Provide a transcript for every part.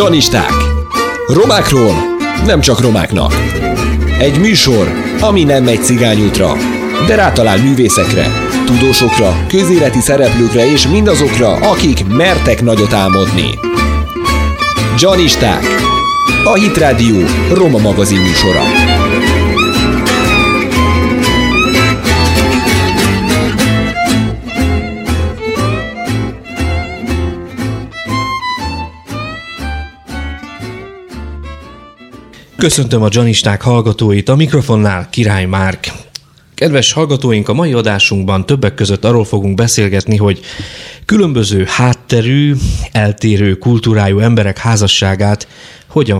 Johnnyisták. Romákról nem csak romáknak. Egy műsor, ami nem megy cigányútra, de rátalál művészekre, tudósokra, közéleti szereplőkre és mindazokra, akik mertek nagyot álmodni. Johnnyisták. A Hit Rádió roma magazin műsora. Köszöntöm a Johnnyisták hallgatóit, a mikrofonnál Király Márk. Kedves hallgatóink, a mai adásunkban többek között arról fogunk beszélgetni, hogy különböző hátterű, eltérő kultúrájú emberek házasságát hogyan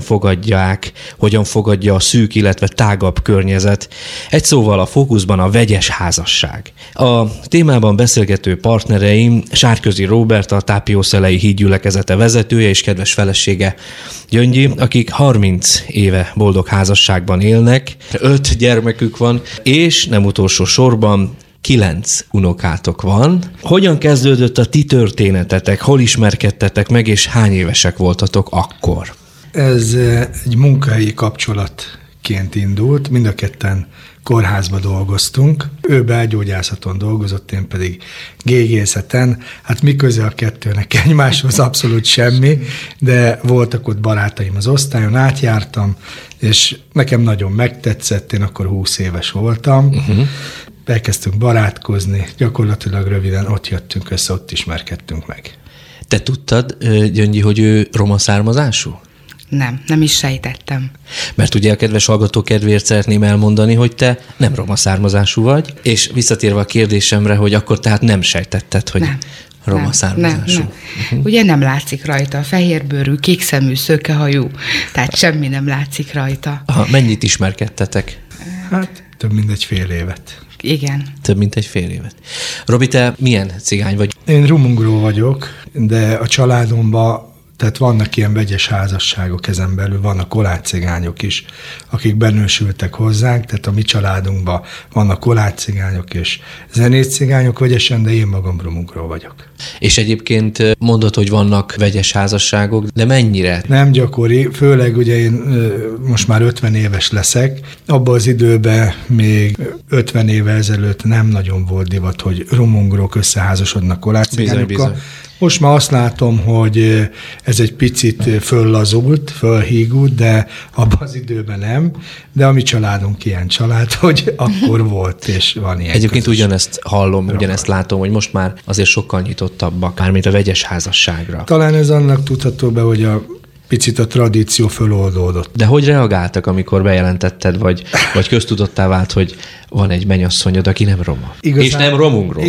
fogadja a szűk, illetve tágabb környezet. Egy szóval a fókuszban a vegyes házasság. A témában beszélgető partnereim Sárközi Róbert, a Tápiószelei hídgyülekezete vezetője és kedves felesége Gyöngyi, akik 30 éve boldog házasságban élnek, 5 gyermekük van, és nem utolsó sorban 9 unokátok van. Hogyan kezdődött a ti történetetek, hol ismerkedtetek meg, és hány évesek voltatok akkor? Ez egy munkahelyi kapcsolatként indult, mind a ketten kórházba dolgoztunk. Ő belgyógyászaton dolgozott, én pedig gégészeten. Hát mi köze a kettőnek egymáshoz? Abszolút semmi, de voltak ott barátaim az osztályon, átjártam, és nekem nagyon megtetszett, én akkor 20 éves voltam. Elkezdtünk barátkozni, gyakorlatilag röviden ott jöttünk össze, ott ismerkedtünk meg. Te tudtad, Gyöngyi, hogy ő roma származású? Nem is sejtettem. Mert ugye a kedves hallgató kedvéért szeretném elmondani, hogy te nem roma származású vagy, és visszatérve a kérdésemre, hogy akkor tehát nem sejtetted, hogy roma származású. Nem. Ugye nem látszik rajta, a fehérbőrű, kékszemű, szőkehajú, tehát semmi nem látszik rajta. Aha, mennyit ismerkedtetek? Hát több mint egy fél évet. Igen. Több mint egy fél évet. Robi, te milyen cigány vagy? Én rumungró vagyok, de a családomban tehát vannak ilyen vegyes házasságok ezen belül, vannak kolátcigányok is, akik benősültek hozzánk, tehát a mi családunkban vannak kolátcigányok és zenészcigányok vegyesen, de én magam rumungró vagyok. És egyébként mondod, hogy vannak vegyes házasságok, de mennyire? Nem gyakori, főleg ugye én most már 50 éves leszek, abban az időben még 50 évvel ezelőtt nem nagyon volt divat, hogy rumungrók összeházasodnak kolátcigányokkal. Most már azt látom, hogy ez egy picit föllazult, fölhígult, de abban az időben nem. De a mi családunk ilyen család, hogy akkor volt, és van ilyen. Egyébként ugyanezt hallom, ugyanezt látom, hogy most már azért sokkal nyitottabbak, mármint a vegyes házasságra. Talán ez annak tudható be, hogy picit a tradíció föloldódott. De hogy reagáltak, amikor bejelentetted, vagy köztudottá vált, hogy van egy mennyasszonyod, aki nem roma? Igazán... És nem romungró.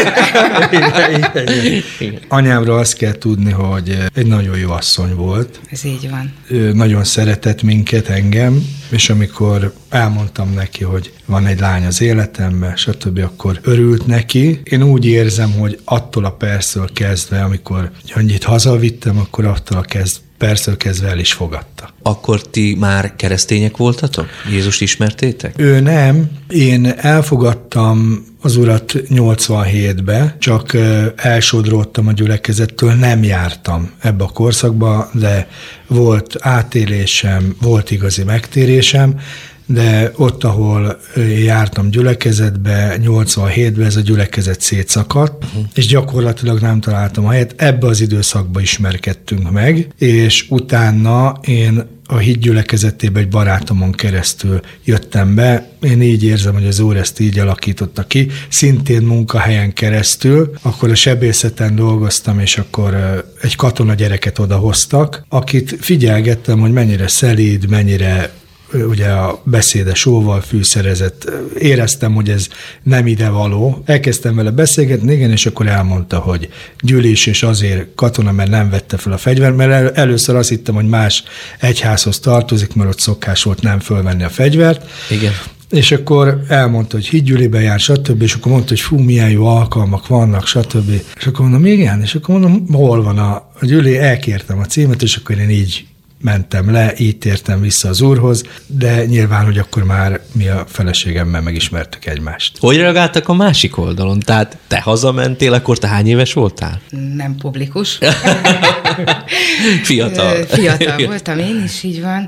Igen. Anyámról azt kell tudni, hogy egy nagyon jó asszony volt. Ez így van. Ő nagyon szeretett minket, engem, és amikor elmondtam neki, hogy van egy lány az életemben, stb., akkor örült neki. Én úgy érzem, hogy attól a perctől kezdve, amikor Gyöngyit hazavittem, akkor attól a perctől kezdve el is fogadta. Akkor ti már keresztények voltatok? Jézust ismertétek? Ő nem. Én elfogadtam az urat 87-be, csak elsodródtam a gyülekezettől, nem jártam ebbe a korszakba, de volt átélésem, volt igazi megtérésem, de ott, ahol jártam gyülekezetbe, 87-ben ez a gyülekezet szétszakadt, és gyakorlatilag nem találtam a helyet. Ebbe az időszakban ismerkedtünk meg, és utána én a híd gyülekezetében egy barátomon keresztül jöttem be. Én így érzem, hogy az Úr ezt így alakította ki. Szintén munkahelyen keresztül, akkor a sebészeten dolgoztam, és akkor egy katona gyereket odahoztak, akit figyelgettem, hogy mennyire szelíd, mennyire ugye a beszéde sóval fűszerezett. Éreztem, hogy ez nem ide való. Elkezdtem vele beszélgetni, igen, és akkor elmondta, hogy gyűlés, és azért katona, mert nem vette fel a fegyvert, mert először azt hittem, hogy más egyházhoz tartozik, mert ott szokás volt nem fölvenni a fegyvert. Igen. És akkor elmondta, hogy hídgyülibe jár, stb., és akkor mondta, hogy fú, milyen jó alkalmak vannak, stb. És akkor mondom, igen, és akkor mondom, hol van a gyüli, elkértem a címet, és akkor én így mentem le, így tértem vissza az Úrhoz, de nyilván, hogy akkor már mi a feleségemmel megismertük egymást. Hogy reagáltak a másik oldalon? Tehát te hazamentél, akkor te hány éves voltál? Nem publikus. Fiatal. Fiatal voltam én is, így van.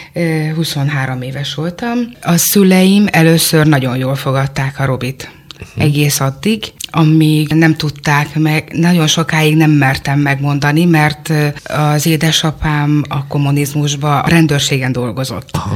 23 éves voltam. A szüleim először nagyon jól fogadták a Robit. Egész addig, amíg nem tudták meg, nagyon sokáig nem mertem megmondani, mert az édesapám a kommunizmusban a rendőrségen dolgozott. Aha.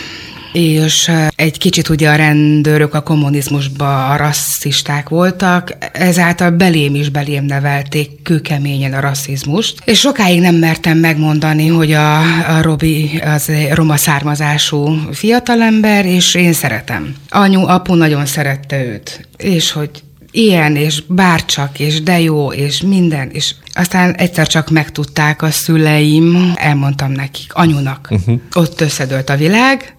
És egy kicsit ugye a rendőrök a kommunizmusban rasszisták voltak, ezáltal belém nevelték kőkeményen a rasszizmust, és sokáig nem mertem megmondani, hogy a Robi az roma származású fiatalember, és én szeretem. Apu nagyon szerette őt, és hogy ilyen, és bárcsak, és de jó, és minden, és aztán egyszer csak megtudták a szüleim, elmondtam nekik, anyunak. Ott összedőlt a világ,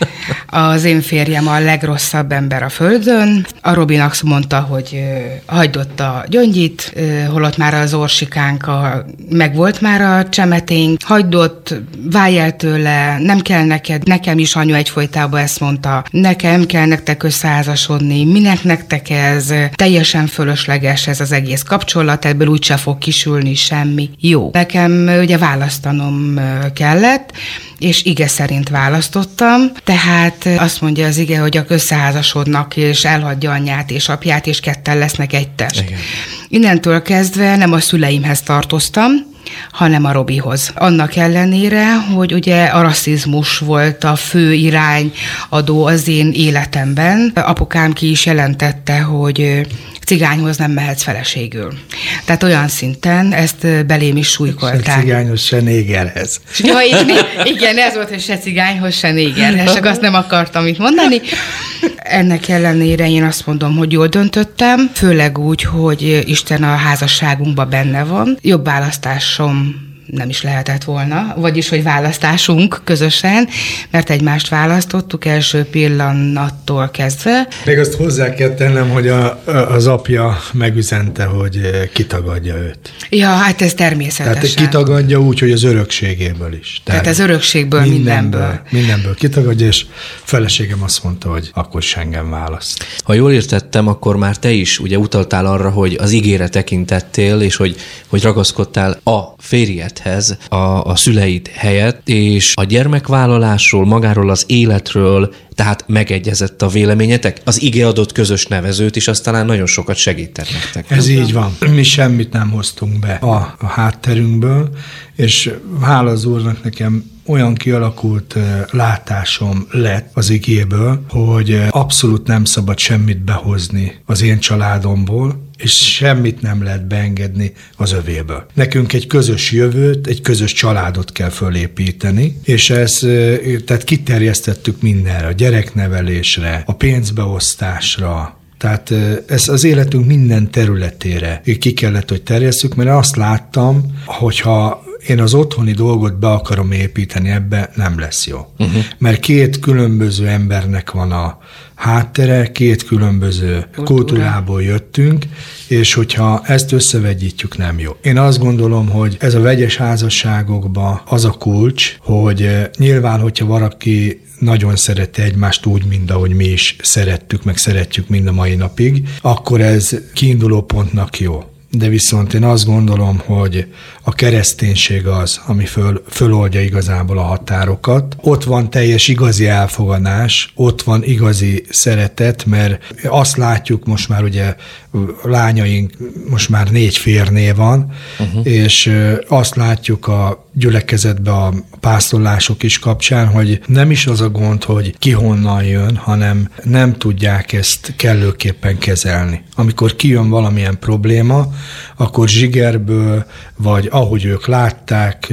az én férjem a legrosszabb ember a földön, a Robinak mondta, hogy hagyd ott a gyöngyit, holott már az orsikánk, megvolt már a csemeténk, hagyd ott, válj el tőle, nem kell neked, nekem is anyu egyfolytában ezt mondta, nekem kell nektek összeházasodni, minek nektek ez, teljesen fölösleges ez az egész kapcsolat, ebből úgyse fog kisülni semmi. Jó. Nekem ugye választanom kellett, és ige szerint választottam, tehát azt mondja az ige, hogy összeházasodnak, és elhagyja anyját és apját, és ketten lesznek egy test. Igen. Innentől kezdve nem a szüleimhez tartoztam, hanem a Robihoz. Annak ellenére, hogy ugye a rasszizmus volt a fő irányadó az én életemben. Apukám ki is jelentette, hogy cigányhoz nem mehetsz feleségül. Tehát olyan szinten ezt belém is súlykolták. Se cigányhoz, se négerhez. Ja, igen, ez volt, hogy se cigányhoz, se négerhez, csak azt nem akartam itt mondani. Ennek ellenére én azt mondom, hogy jól döntöttem, főleg úgy, hogy Isten a házasságunkban benne van. Jobb választásom nem is lehetett volna, vagyis, hogy választásunk közösen, mert egymást választottuk első pillanattól kezdve. Még azt hozzá kell tennem, hogy az apja megüzente, hogy kitagadja őt. Ja, hát ez természetesen. Tehát kitagadja úgy, hogy az örökségéből is. Tehát az örökségből, mindenből. Mindenből kitagadja, és feleségem azt mondta, hogy akkor is engem választ. Ha jól értettem, akkor már te is ugye utaltál arra, hogy az ígére tekintettél, és hogy ragaszkodtál a férjed a szüleid helyett, és a gyermekvállalásról, magáról az életről, tehát megegyezett a véleményetek. Az ige adott közös nevezőt is, azt talán nagyon sokat segített nektek. Ez így van. Mi semmit nem hoztunk be a hátterünkből, és hála az Úrnak nekem olyan kialakult látásom lett az igéből, hogy abszolút nem szabad semmit behozni az én családomból, és semmit nem lehet beengedni az övéből. Nekünk egy közös jövőt, egy közös családot kell fölépíteni, és ezt tehát kiterjesztettük mindenre, a gyereknevelésre, a pénzbeosztásra, tehát ez az életünk minden területére ki kellett, hogy terjesszük, mert azt láttam, hogyha én az otthoni dolgot be akarom építeni, ebbe nem lesz jó. Mert két különböző embernek van a háttere, két különböző kultúrából jöttünk, és hogyha ezt összevegyítjük, nem jó. Én azt gondolom, hogy ez a vegyes házasságokban az a kulcs, hogy nyilván, hogyha valaki nagyon szereti egymást úgy, mint ahogy mi is szerettük, meg szeretjük mind a mai napig, akkor ez kiinduló pontnak jó. De viszont én azt gondolom, hogy a kereszténység az, ami föloldja igazából a határokat. Ott van teljes igazi elfogadás, ott van igazi szeretet, mert azt látjuk most már ugye lányaink, most már 4 férnél van, és azt látjuk a gyülekezetben a pásztorlások is kapcsán, hogy nem is az a gond, hogy ki honnan jön, hanem nem tudják ezt kellőképpen kezelni. Amikor kijön valamilyen probléma, akkor zsigerből, vagy ahogy ők látták,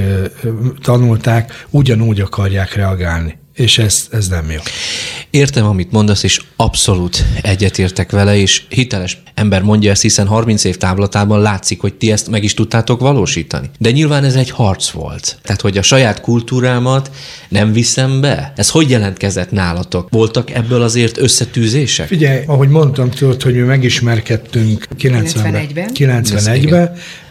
tanulták, ugyanúgy akarják reagálni. És ez nem jó. Értem, amit mondasz, és abszolút egyetértek vele, és hiteles ember mondja ezt, hiszen 30 év távlatában látszik, hogy ti ezt meg is tudtátok valósítani. De nyilván ez egy harc volt. Tehát, hogy a saját kultúrámat nem viszem be. Ez hogy jelentkezett nálatok? Voltak ebből azért összetűzések? Figyelj, ahogy mondtam, tudod, hogy mi megismerkedtünk 91-ben,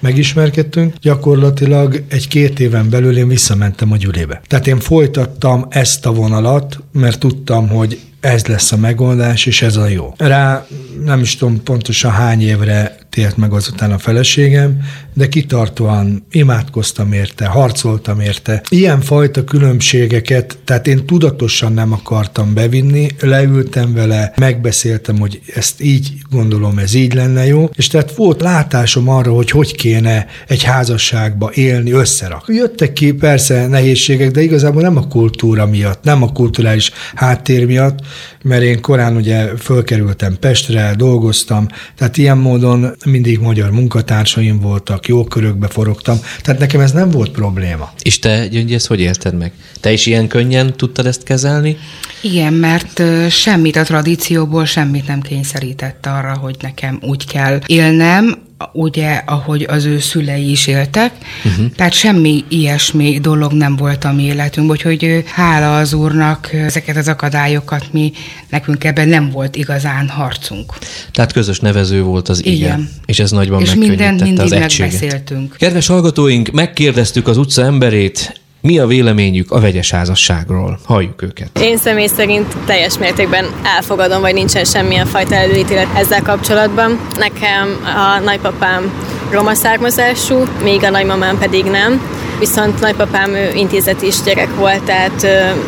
megismerkedtünk, gyakorlatilag 1-2 éven belül én visszamentem a Gyulébe. Tehát én folytattam ezt a vonalat, mert tudtam, hogy ez lesz a megoldás, és ez a jó. Rá nem is tudom pontosan hány évre tért meg azután a feleségem, de kitartóan imádkoztam érte, harcoltam érte. Ilyenfajta különbségeket, tehát én tudatosan nem akartam bevinni, leültem vele, megbeszéltem, hogy ezt így gondolom, ez így lenne jó, és tehát volt látásom arra, hogy kéne egy házasságba élni, összerakni. Jöttek ki persze nehézségek, de igazából nem a kultúra miatt, nem a kulturális háttér miatt, mert én korán ugye fölkerültem Pestre, dolgoztam, tehát ilyen módon mindig magyar munkatársaim voltak, jó körökbe forogtam, tehát nekem ez nem volt probléma. És te, Gyöngyi, ezt hogy élted meg? Te is ilyen könnyen tudtad ezt kezelni? Igen, mert semmit a tradícióból, semmit nem kényszerített arra, hogy nekem úgy kell élnem, ugye, ahogy az ő szülei is éltek, tehát semmi ilyesmi dolog nem volt a mi életünkben, úgyhogy hála az Úrnak ezeket az akadályokat nekünk ebben nem volt igazán harcunk. Tehát közös nevező volt az igen. És ez nagyban megkönnyítette az egységet. Megbeszéltünk. Kedves hallgatóink, megkérdeztük az utca emberét, mi a véleményük a vegyes házasságról. Halljuk őket. Én személy szerint teljes mértékben elfogadom, vagy nincsen semmilyen fajta előítélet ezzel kapcsolatban. Nekem a nagypapám roma származású, még a nagymamám pedig nem. Viszont nagypapám intézetis gyerek volt, tehát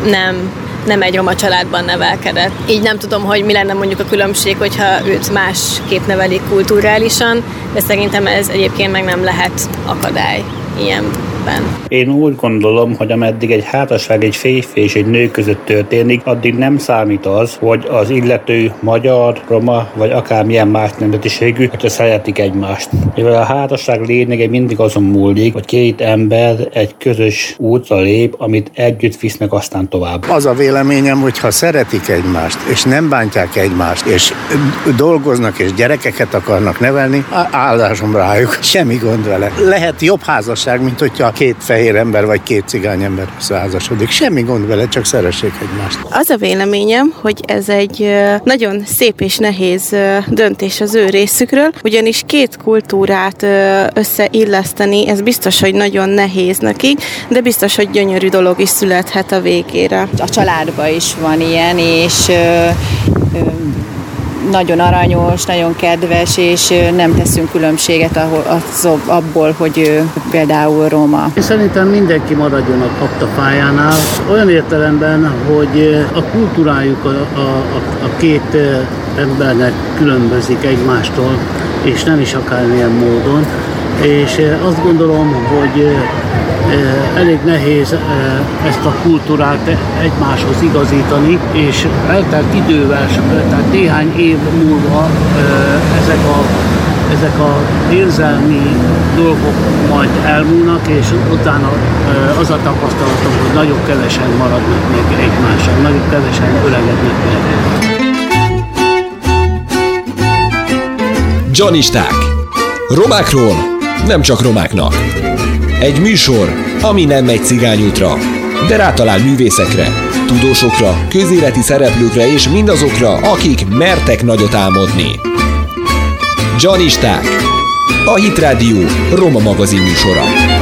nem egy roma családban nevelkedett. Így nem tudom, hogy mi lenne mondjuk a különbség, hogyha őt másképp nevelik kulturálisan, de szerintem ez egyébként meg nem lehet akadály ilyenben. Én úgy gondolom, hogy ameddig egy házasság egy férfi és egy nő között történik, addig nem számít az, hogy az illető magyar, roma vagy akármilyen más nemzetiségű, hogyha szeretik egymást. Mivel a házasság lényege mindig azon múlik, hogy két ember egy közös útra lép, amit együtt visznek aztán tovább. Az a véleményem, hogy ha szeretik egymást, és nem bántják egymást, és dolgoznak, és gyerekeket akarnak nevelni, áldásom rájuk, semmi gond vele. Lehet jobb házasság, mint hogyha 2 fehér ember vagy 2 cigány ember összeházasodik. Semmi gond vele, csak szeressék egymást. Az a véleményem, hogy ez egy nagyon szép és nehéz döntés az ő részükről, ugyanis 2 kultúrát összeilleszteni, ez biztos, hogy nagyon nehéz nekik, de biztos, hogy gyönyörű dolog is születhet a végére. A családban is van ilyen, és nagyon aranyos, nagyon kedves, és nem teszünk különbséget abból, hogy például roma. Szerintem mindenki maradjon a kaptafájánál, olyan értelemben, hogy a kultúrájuk a 2 embernek különbözik egymástól, és nem is akármilyen módon, és azt gondolom, hogy elég nehéz ezt a kultúrát egymáshoz igazítani, és eltelt idővel, tehát néhány év múlva ezek a érzelmi dolgok majd elmúlnak, és utána az a tapasztalatom, hogy nagyon kevesen maradnak meg egymással, nagyon kevesen öregednek meg. Gyanisták. Romákról nem csak romáknak. Egy műsor, ami nem megy cigányútra, de rátalál művészekre, tudósokra, közéleti szereplőkre és mindazokra, akik mertek nagyot álmodni. Gyanisták. A Hit Rádió roma magazin műsora.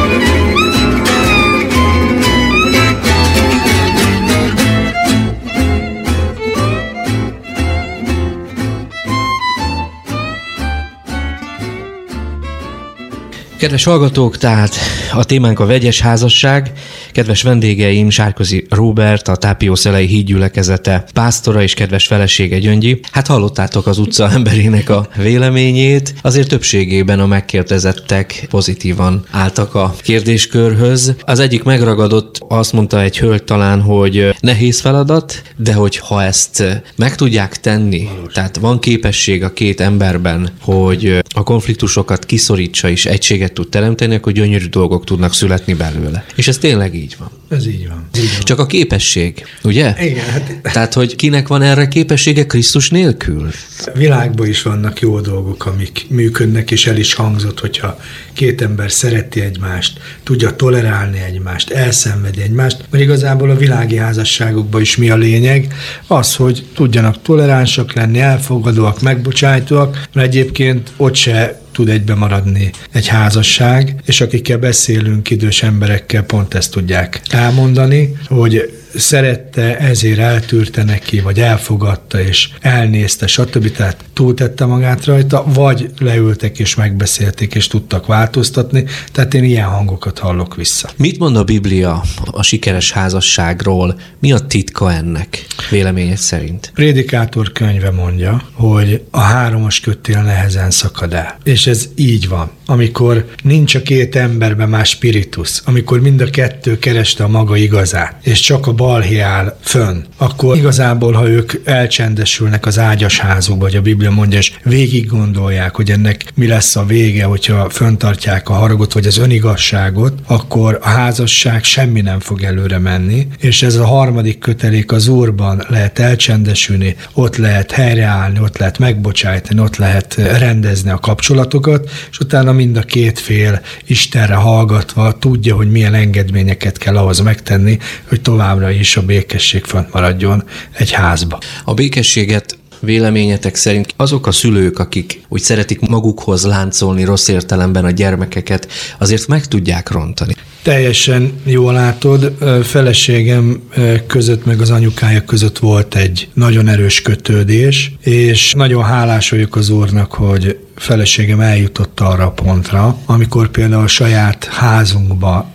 Kedves hallgatók, tehát a témánk a vegyes házasság. Kedves vendégeim, Sárközi Róbert, a Tápiószelei hídgyülekezete pásztora és kedves felesége Gyöngyi. Hát hallottátok az utca emberének a véleményét. Azért többségében a megkérdezettek pozitívan álltak a kérdéskörhöz. Az egyik megragadott, azt mondta egy hölgy talán, hogy nehéz feladat, de hogy ha ezt meg tudják tenni, tehát van képesség a 2 emberben, hogy a konfliktusokat kiszorítsa és egységet tud teremteni, akkor gyönyörű dolgok tudnak születni belőle. És ez tényleg így van. Ez így van. Csak a képesség, ugye? Igen. Hát... Tehát, hogy kinek van erre képessége Krisztus nélkül? A világban is vannak jó dolgok, amik működnek, és el is hangzott, hogyha 2 ember szereti egymást, tudja tolerálni egymást, elszenvedi egymást, mert igazából a világi házasságokban is mi a lényeg? Az, hogy tudjanak toleránsak lenni, elfogadóak, megbocsájtóak, mert egyébként ott se tud egybe maradni egy házasság, és akikkel beszélünk, idős emberekkel pont ezt tudják elmondani, hogy szerette, ezért eltűrte neki, vagy elfogadta, és elnézte, stb. Tehát túltette magát rajta, vagy leültek és megbeszélték, és tudtak változtatni. Tehát én ilyen hangokat hallok vissza. Mit mond a Biblia a sikeres házasságról? Mi a titka ennek, véleményed szerint? Prédikátor könyve mondja, hogy a 3-as kötél nehezen szakad el. És ez így van. Amikor nincs a két emberben más spiritus, amikor mind a kettő kereste a maga igazát, és csak a balhé áll fönn, akkor igazából, ha ők elcsendesülnek az ágyasházukba, vagy a Biblia mondja, és végig gondolják, hogy ennek mi lesz a vége, hogyha föntartják a haragot, vagy az önigazságot, akkor a házasság semmi nem fog előre menni, és ez a 3. kötelék az Úrban lehet elcsendesülni, ott lehet helyreállni, ott lehet megbocsájtani, ott lehet rendezni a kapcsolatokat, és utána mind a két fél Istenre hallgatva tudja, hogy milyen engedményeket kell ahhoz megtenni, hogy továbbra is a békesség fönt maradjon egy házba. A békességet véleményetek szerint azok a szülők, akik úgy szeretik magukhoz láncolni rossz értelemben a gyermekeket, azért meg tudják rontani. Teljesen jól látod, feleségem között, meg az anyukája között volt egy nagyon erős kötődés, és nagyon hálás vagyok az Úrnak, hogy feleségem eljutott arra a pontra, amikor például a saját házunkba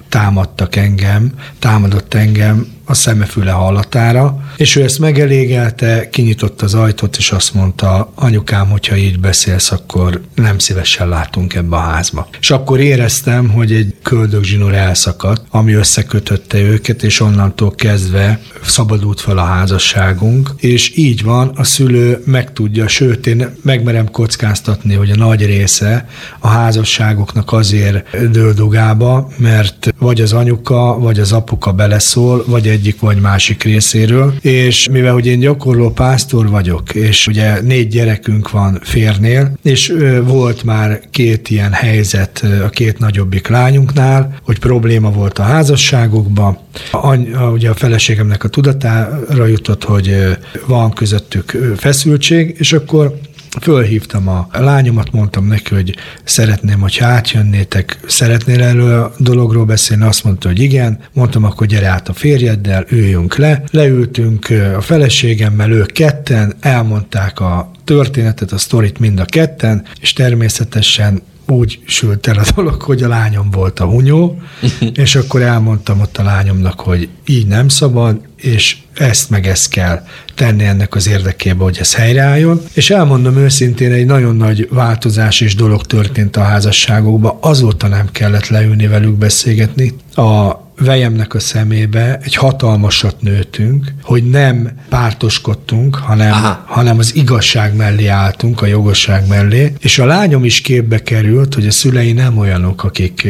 támadott engem a szemefüle hallatára, és ő ezt megelégelte, kinyitott az ajtót, és azt mondta, anyukám, hogyha így beszélsz, akkor nem szívesen látunk ebbe a házba. És akkor éreztem, hogy egy köldögzsinór elszakadt, ami összekötötte őket, és onnantól kezdve szabadult fel a házasságunk, és így van, a szülő megtudja, sőt, én megmerem kockáztatni, hogy a nagy része a házasságoknak azért dől dugába, mert vagy az anyuka, vagy az apuka beleszól, vagy egyik, vagy másik részéről, és mivel, hogy én gyakorló pásztor vagyok, és ugye 4 gyerekünk van férnél, és volt már 2 ilyen helyzet a 2 nagyobbik lányunknál, hogy probléma volt a házasságokban. Ugye a feleségemnek a tudatára jutott, hogy van közöttük feszültség, és akkor fölhívtam a lányomat, mondtam neki, hogy szeretném, hogyha átjönnétek, szeretnél erről a dologról beszélni, azt mondta, hogy igen, mondtam, akkor gyere át a férjeddel, üljünk le, leültünk a feleségemmel, ők ketten, elmondták a történetet, a sztorit mind a ketten, és természetesen úgy sült el a dolog, hogy a lányom volt a hunyó, és akkor elmondtam ott a lányomnak, hogy így nem szabad, és ezt meg ezt kell tenni ennek az érdekében, hogy ez helyreálljon. És elmondom őszintén, egy nagyon nagy változás és dolog történt a házasságokban, azóta nem kellett leülni velük beszélgetni. A vejemnek a szemébe egy hatalmasat nőtünk, hogy nem pártoskodtunk, hanem az igazság mellé álltunk, a jogosság mellé, és a lányom is képbe került, hogy a szülei nem olyanok, akik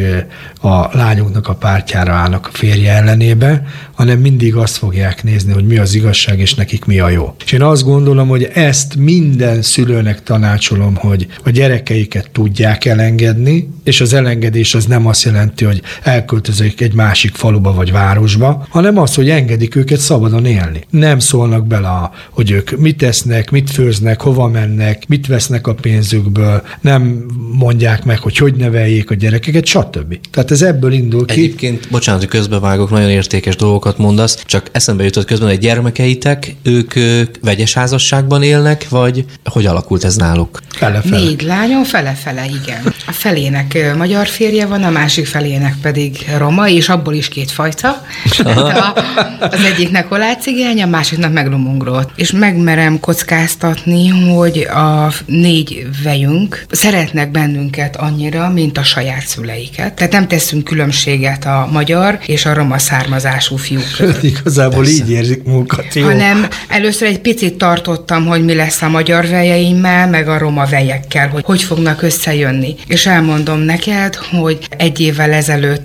a lányoknak a pártjára állnak a férje ellenébe, hanem mindig azt fogják nézni, hogy mi az igazság, és nekik mi a jó. És én azt gondolom, hogy ezt minden szülőnek tanácsolom, hogy a gyerekeiket tudják elengedni, és az elengedés az nem azt jelenti, hogy elköltözik egy másik faluba vagy városba, hanem az, hogy engedik őket szabadon élni. Nem szólnak bele, hogy ők mit esznek, mit főznek, hova mennek, mit vesznek a pénzükből, nem mondják meg, hogy neveljék a gyerekeket, stb. Tehát ez ebből indul ki. Egyébként, bocsánat, hogy közbevágok, nagyon értékes dolgokat mondasz, csak eszembe jutott közben, hogy gyermekeitek, ők vegyes házasságban élnek, vagy hogy alakult ez náluk? Fele-fele. 4 lányom, fele-fele, igen. A felének magyar férje van, a másik felének pedig roma, és abból is 2 fajta. Az egyiknek holácigány, a másiknak meg lumungrót. És megmerem kockáztatni, hogy a 4 vejünk szeretnek bennünket annyira, mint a saját szüleiket. Tehát nem teszünk különbséget a magyar és a roma származású fiúk között. Igazából persze. Így érzik munkat, jó? Hanem először egy picit tartottam, hogy mi lesz a magyar vejeimmel, meg a roma vejekkel, hogy fognak összejönni. És elmondom neked, hogy 1 évvel ezelőtt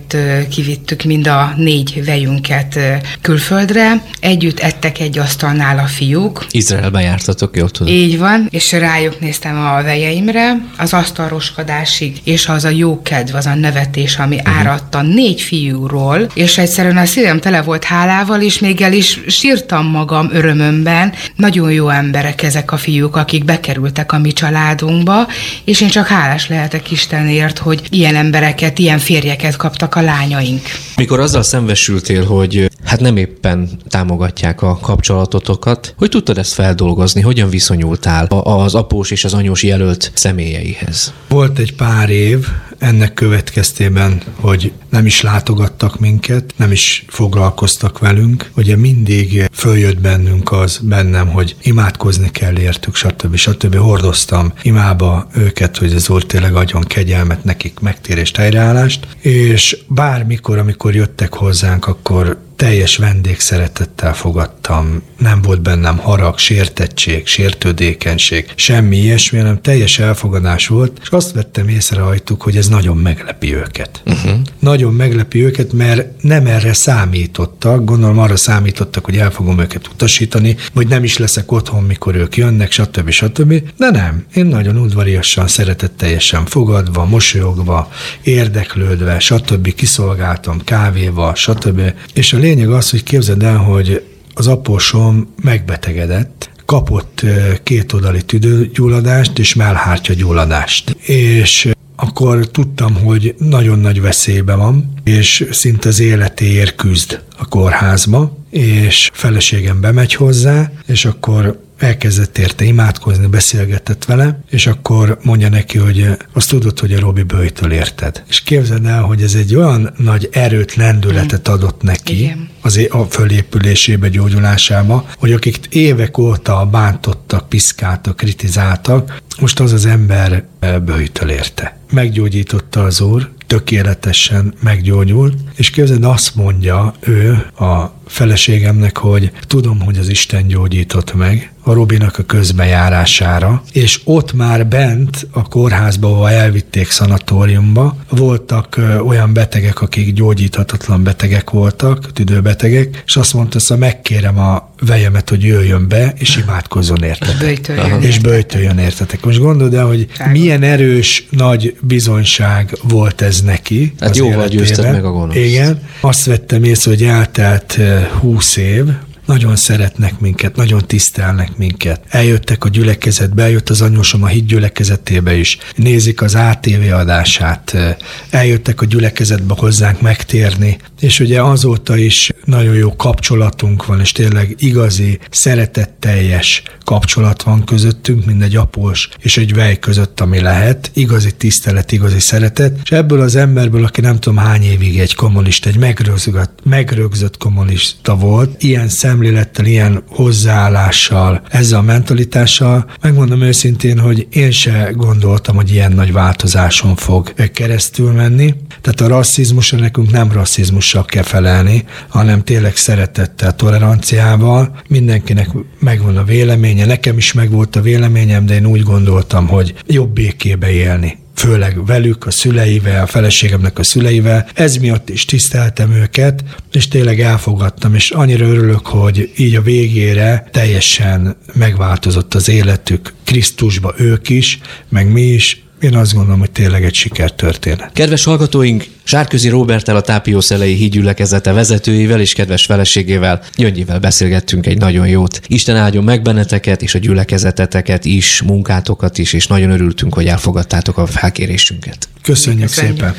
mielőtt kivittük mind a 4 vejünket külföldre. Együtt ettek egy asztalnál a fiúk. Izraelben jártatok, jól tudom. Így van, és rájuk néztem a vejeimre, az asztalroskodásig, és az a jó kedv, az a nevetés, ami áradt a 4 fiúról, és egyszerűen a szívem tele volt hálával, és még el is sírtam magam örömömben. Nagyon jó emberek ezek a fiúk, akik bekerültek a mi családunkba, és én csak hálás lehetek Istenért, hogy ilyen embereket, ilyen férjeket kaptak a lányaink. Mikor azzal szembesültél, hogy hát nem éppen támogatják a kapcsolatotokat, hogy tudtad ezt feldolgozni, hogyan viszonyultál az após és az anyós jelölt személyeihez? Volt egy pár év ennek következtében, hogy nem is látogattak minket, nem is foglalkoztak velünk. Ugye mindig följött bennem, hogy imádkozni kell értük, stb. Hordoztam imába őket, hogy az Úr tényleg adjon kegyelmet nekik, megtérést, helyreállást, és bármikor, amikor jöttek hozzánk, akkor teljes vendégszeretettel fogadtam, nem volt bennem harag, sértettség, sértődékenység, semmi ilyesmi, hanem teljes elfogadás volt, és azt vettem észre rajtuk, hogy ez nagyon meglepi őket. Nagyon meglepi őket, mert nem erre számítottak, gondolom arra számítottak, hogy el fogom őket utasítani, vagy nem is leszek otthon, mikor ők jönnek, stb. De nem, én nagyon udvariasan, szeretetteljesen fogadva, mosolyogva, érdeklődve, stb. Kiszolgáltam kávéval, stb. És a lényeg az, hogy képzeld el, hogy az apósom megbetegedett, kapott 2 oldali tüdőgyulladást és mellhártyagyulladást. És akkor tudtam, hogy nagyon nagy veszélyben van, és szinte az életéért küzd a kórházba, és feleségem bemegy hozzá, és akkor elkezdett érte imádkozni, beszélgetett vele, és akkor mondja neki, hogy azt tudod, hogy a Robi böjtől érted. És képzeld el, hogy ez egy olyan nagy erőt, lendületet adott neki a fölépülésébe, gyógyulásába, hogy akik évek óta bántottak, piszkáltak, kritizáltak, most az ember böjtől érte. Meggyógyította az Úr, tökéletesen meggyógyult, és képzeld, azt mondja ő a feleségemnek, hogy tudom, hogy az Isten gyógyított meg a Robinak a közbejárására, és ott már bent a kórházba, ahol elvitték szanatóriumba, voltak olyan betegek, akik gyógyíthatatlan betegek voltak, tüdőbetegek, és azt mondta, hogy megkérem a vejemet, hogy jöjjön be, és imádkozzon értetek. És böjtöljön értetek. Most gondold el, hogy milyen erős, nagy bizonyság volt ez neki. Hát jóval győzted meg a gonoszt. Igen. Azt vettem észre, hogy eltelt 20 év, nagyon szeretnek minket, nagyon tisztelnek minket. Eljöttek a gyülekezetbe, eljött az anyósom a híd gyülekezetébe is, nézik az ATV adását, eljöttek a gyülekezetbe hozzánk megtérni, és ugye azóta is nagyon jó kapcsolatunk van, és tényleg igazi, szeretetteljes kapcsolat van közöttünk, mint egy após és egy vej között, ami lehet, igazi tisztelet, igazi szeretet, és ebből az emberből, aki nem tudom hány évig egy kommunista, egy megrögzött kommunista volt, ilyen szemlélettel, ilyen hozzáállással, ezzel a mentalitással, megmondom őszintén, hogy én se gondoltam, hogy ilyen nagy változáson fog keresztül menni. Tehát a rasszizmusra nekünk nem rasszizmussal kell felelni, hanem tényleg szeretettel, toleranciával. Mindenkinek megvan a véleménye, nekem is megvolt a véleményem, de én úgy gondoltam, hogy jobb békébe élni. Főleg velük, a szüleivel, a feleségemnek a szüleivel. Ez miatt is tiszteltem őket, és tényleg elfogadtam, és annyira örülök, hogy így a végére teljesen megváltozott az életük Krisztusba ők is, meg mi is. Én azt gondolom, hogy tényleg egy sikertörténet. Kedves hallgatóink, Sárközi Róberttel, a Tápiószelei hídgyülekezete vezetőjével és kedves feleségével, Gyöngyivel beszélgettünk egy nagyon jót. Isten áldjon meg benneteket és a gyülekezeteteket is, munkátokat is, és nagyon örültünk, hogy elfogadtátok a felkérésünket. Köszönjük szépen!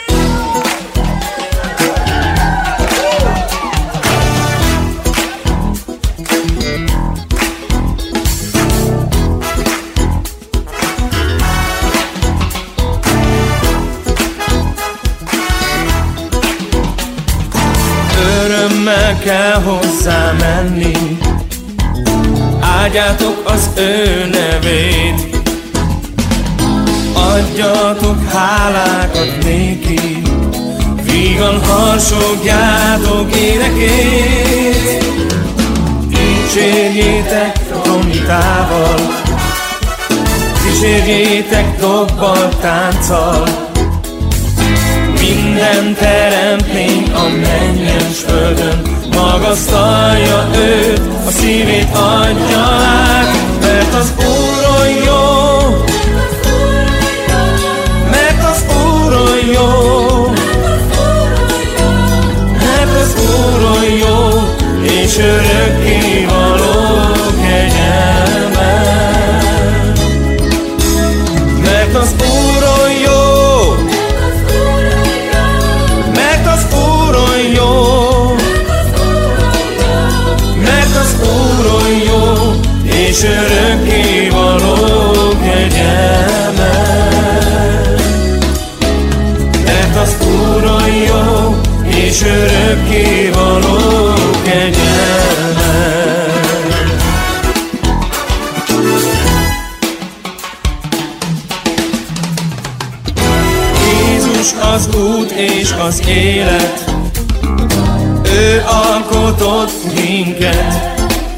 Örömmel kell hozzá menni, áldjátok az ő nevét, adjatok hálákat néki, vígan harsogjátok énekét. Dicsérjétek trombitával, dicsérjétek dobbal, tánccal, minden tere a mennyes földön, magasztalja őt, a szívét adja át, mert az Úron jó, mert az Úron jó, mert az Úron jó, és örökké való kegyelme. Mert az Úron jó, mert az Úron jó, mert az Úron jó, és örökké való kegyelme. Mert az Úron jó, és örökké való kegyelme. Jézus az út és az élet, ő alkotott minket.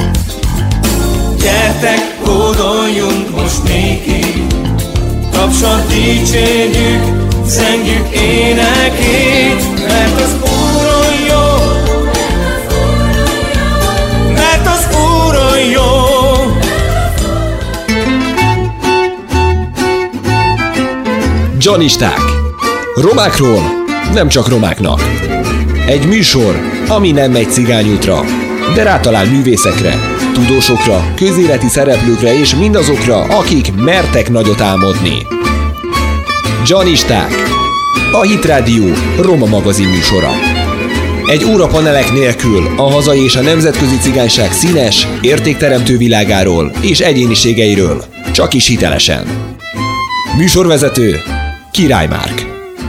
Gyertek, hódoljunk most néki, tapsot dicsérjük, zengjük énekét, mert az Úron jó, mert az Úron jó. Johnnisták. Romákról nem csak romáknak. Egy műsor, ami nem megy cigányútra, de rátalál művészekre, tudósokra, közéleti szereplőkre és mindazokra, akik mertek nagyot álmodni. Johnnisták. A Hit Rádió roma magazin műsora. Egy órapanelek nélkül a hazai és a nemzetközi cigányság színes, értékteremtő világáról és egyéniségeiről, csak is hitelesen. Műsorvezető Király Márk.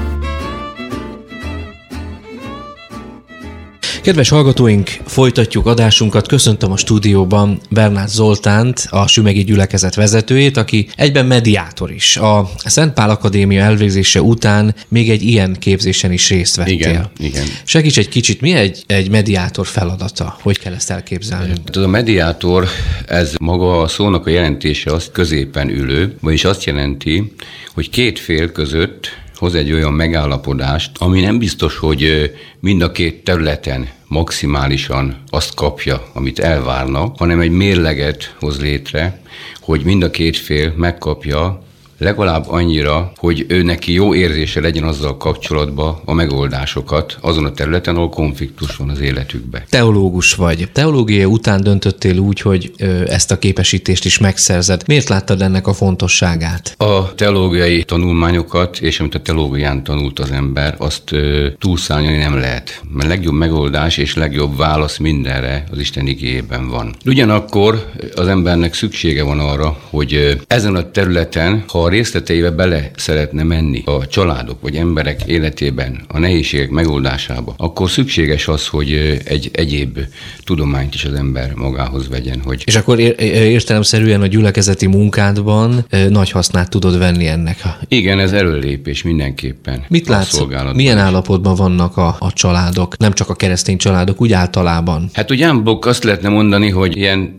Kedves hallgatóink, folytatjuk adásunkat. Köszöntöm a stúdióban Bernát Zoltánt, a Sümegi Gyülekezet vezetőjét, aki egyben mediátor is. A Szent Pál Akadémia elvégzése után még egy ilyen képzésen is részt vettél. Igen. Segíts egy kicsit, mi egy mediátor feladata? Hogy kell ezt elképzelni? A mediátor, ez maga a szónak a jelentése az középen ülő, vagyis azt jelenti, hogy két fél között hoz egy olyan megállapodást, ami nem biztos, hogy mind a két területen maximálisan azt kapja, amit elvárna, hanem egy mérleget hoz létre, hogy mind a két fél megkapja legalább annyira, hogy ő neki jó érzése legyen azzal kapcsolatban a megoldásokat azon a területen, ahol konfliktus van az életükben. Teológus vagy. Teológia után döntöttél úgy, hogy ezt a képesítést is megszerzed. Miért láttad ennek a fontosságát? A teológiai tanulmányokat, és amit a teológián tanult az ember, azt túlszárnyalni nem lehet. Mert legjobb megoldás és legjobb válasz mindenre az Isten igéjében van. Ugyanakkor az embernek szüksége van arra, hogy ezen a területen, ha részleteibe bele szeretne menni a családok vagy emberek életében, a nehézségek megoldásába, akkor szükséges az, hogy egy egyéb tudományt is az ember magához vegyen. Hogy... És akkor értelemszerűen a gyülekezeti munkádban nagy hasznát tudod venni ennek? Igen, ez előlépés mindenképpen. Mit látsz? Milyen állapotban vannak a családok? Nem csak a keresztény családok, úgy általában? Hát ugye azt lehetne mondani, hogy ilyen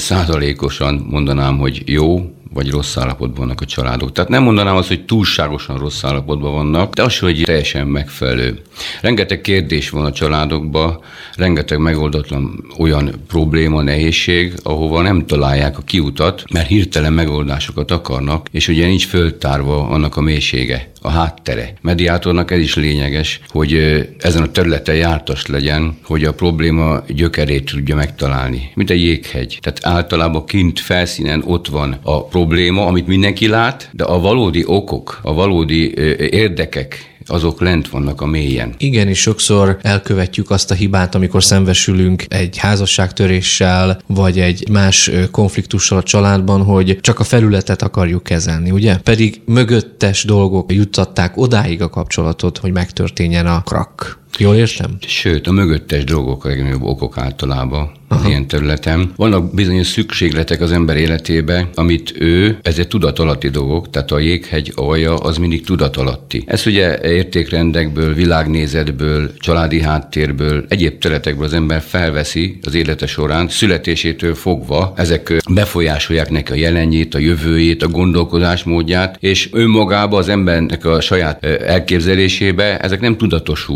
50%-osan mondanám, hogy jó, vagy rossz állapotban vannak a családok. Tehát nem mondanám azt, hogy túlságosan rossz állapotban vannak, de az, hogy teljesen megfelelő. Rengeteg kérdés van a családokban, rengeteg megoldatlan olyan probléma, nehézség, ahova nem találják a kiutat, mert hirtelen megoldásokat akarnak, és ugye nincs föltárva annak a mélysége, a háttere. Mediátornak ez is lényeges, hogy ezen a területen jártas legyen, hogy a probléma gyökerét tudja megtalálni. Mint egy jéghegy. Tehát általában kint felszínen ott van a probléma, amit mindenki lát, de a valódi okok, a valódi érdekek, azok lent vannak a mélyen. Igen, és sokszor elkövetjük azt a hibát, amikor szembesülünk egy házasságtöréssel, vagy egy más konfliktussal a családban, hogy csak a felületet akarjuk kezelni, ugye? Pedig mögöttes dolgok juttatták odáig a kapcsolatot, hogy megtörténjen a krak. Jól értem? Sőt, a mögöttes dolgok a legnagyobb okok általában az ilyen területen. Vannak bizonyos szükségletek az ember életébe, amit ezek tudatalatti dolgok, tehát a jéghegy alja az mindig tudatalatti. Ez ugye értékrendekből, világnézetből, családi háttérből, egyéb területekből az ember felveszi az élete során, születésétől fogva, ezek befolyásolják neki a jelenjét, a jövőjét, a gondolkodásmódját, és önmagában az embernek a saját elképzelésébe ezek nem tudatosulnak, mert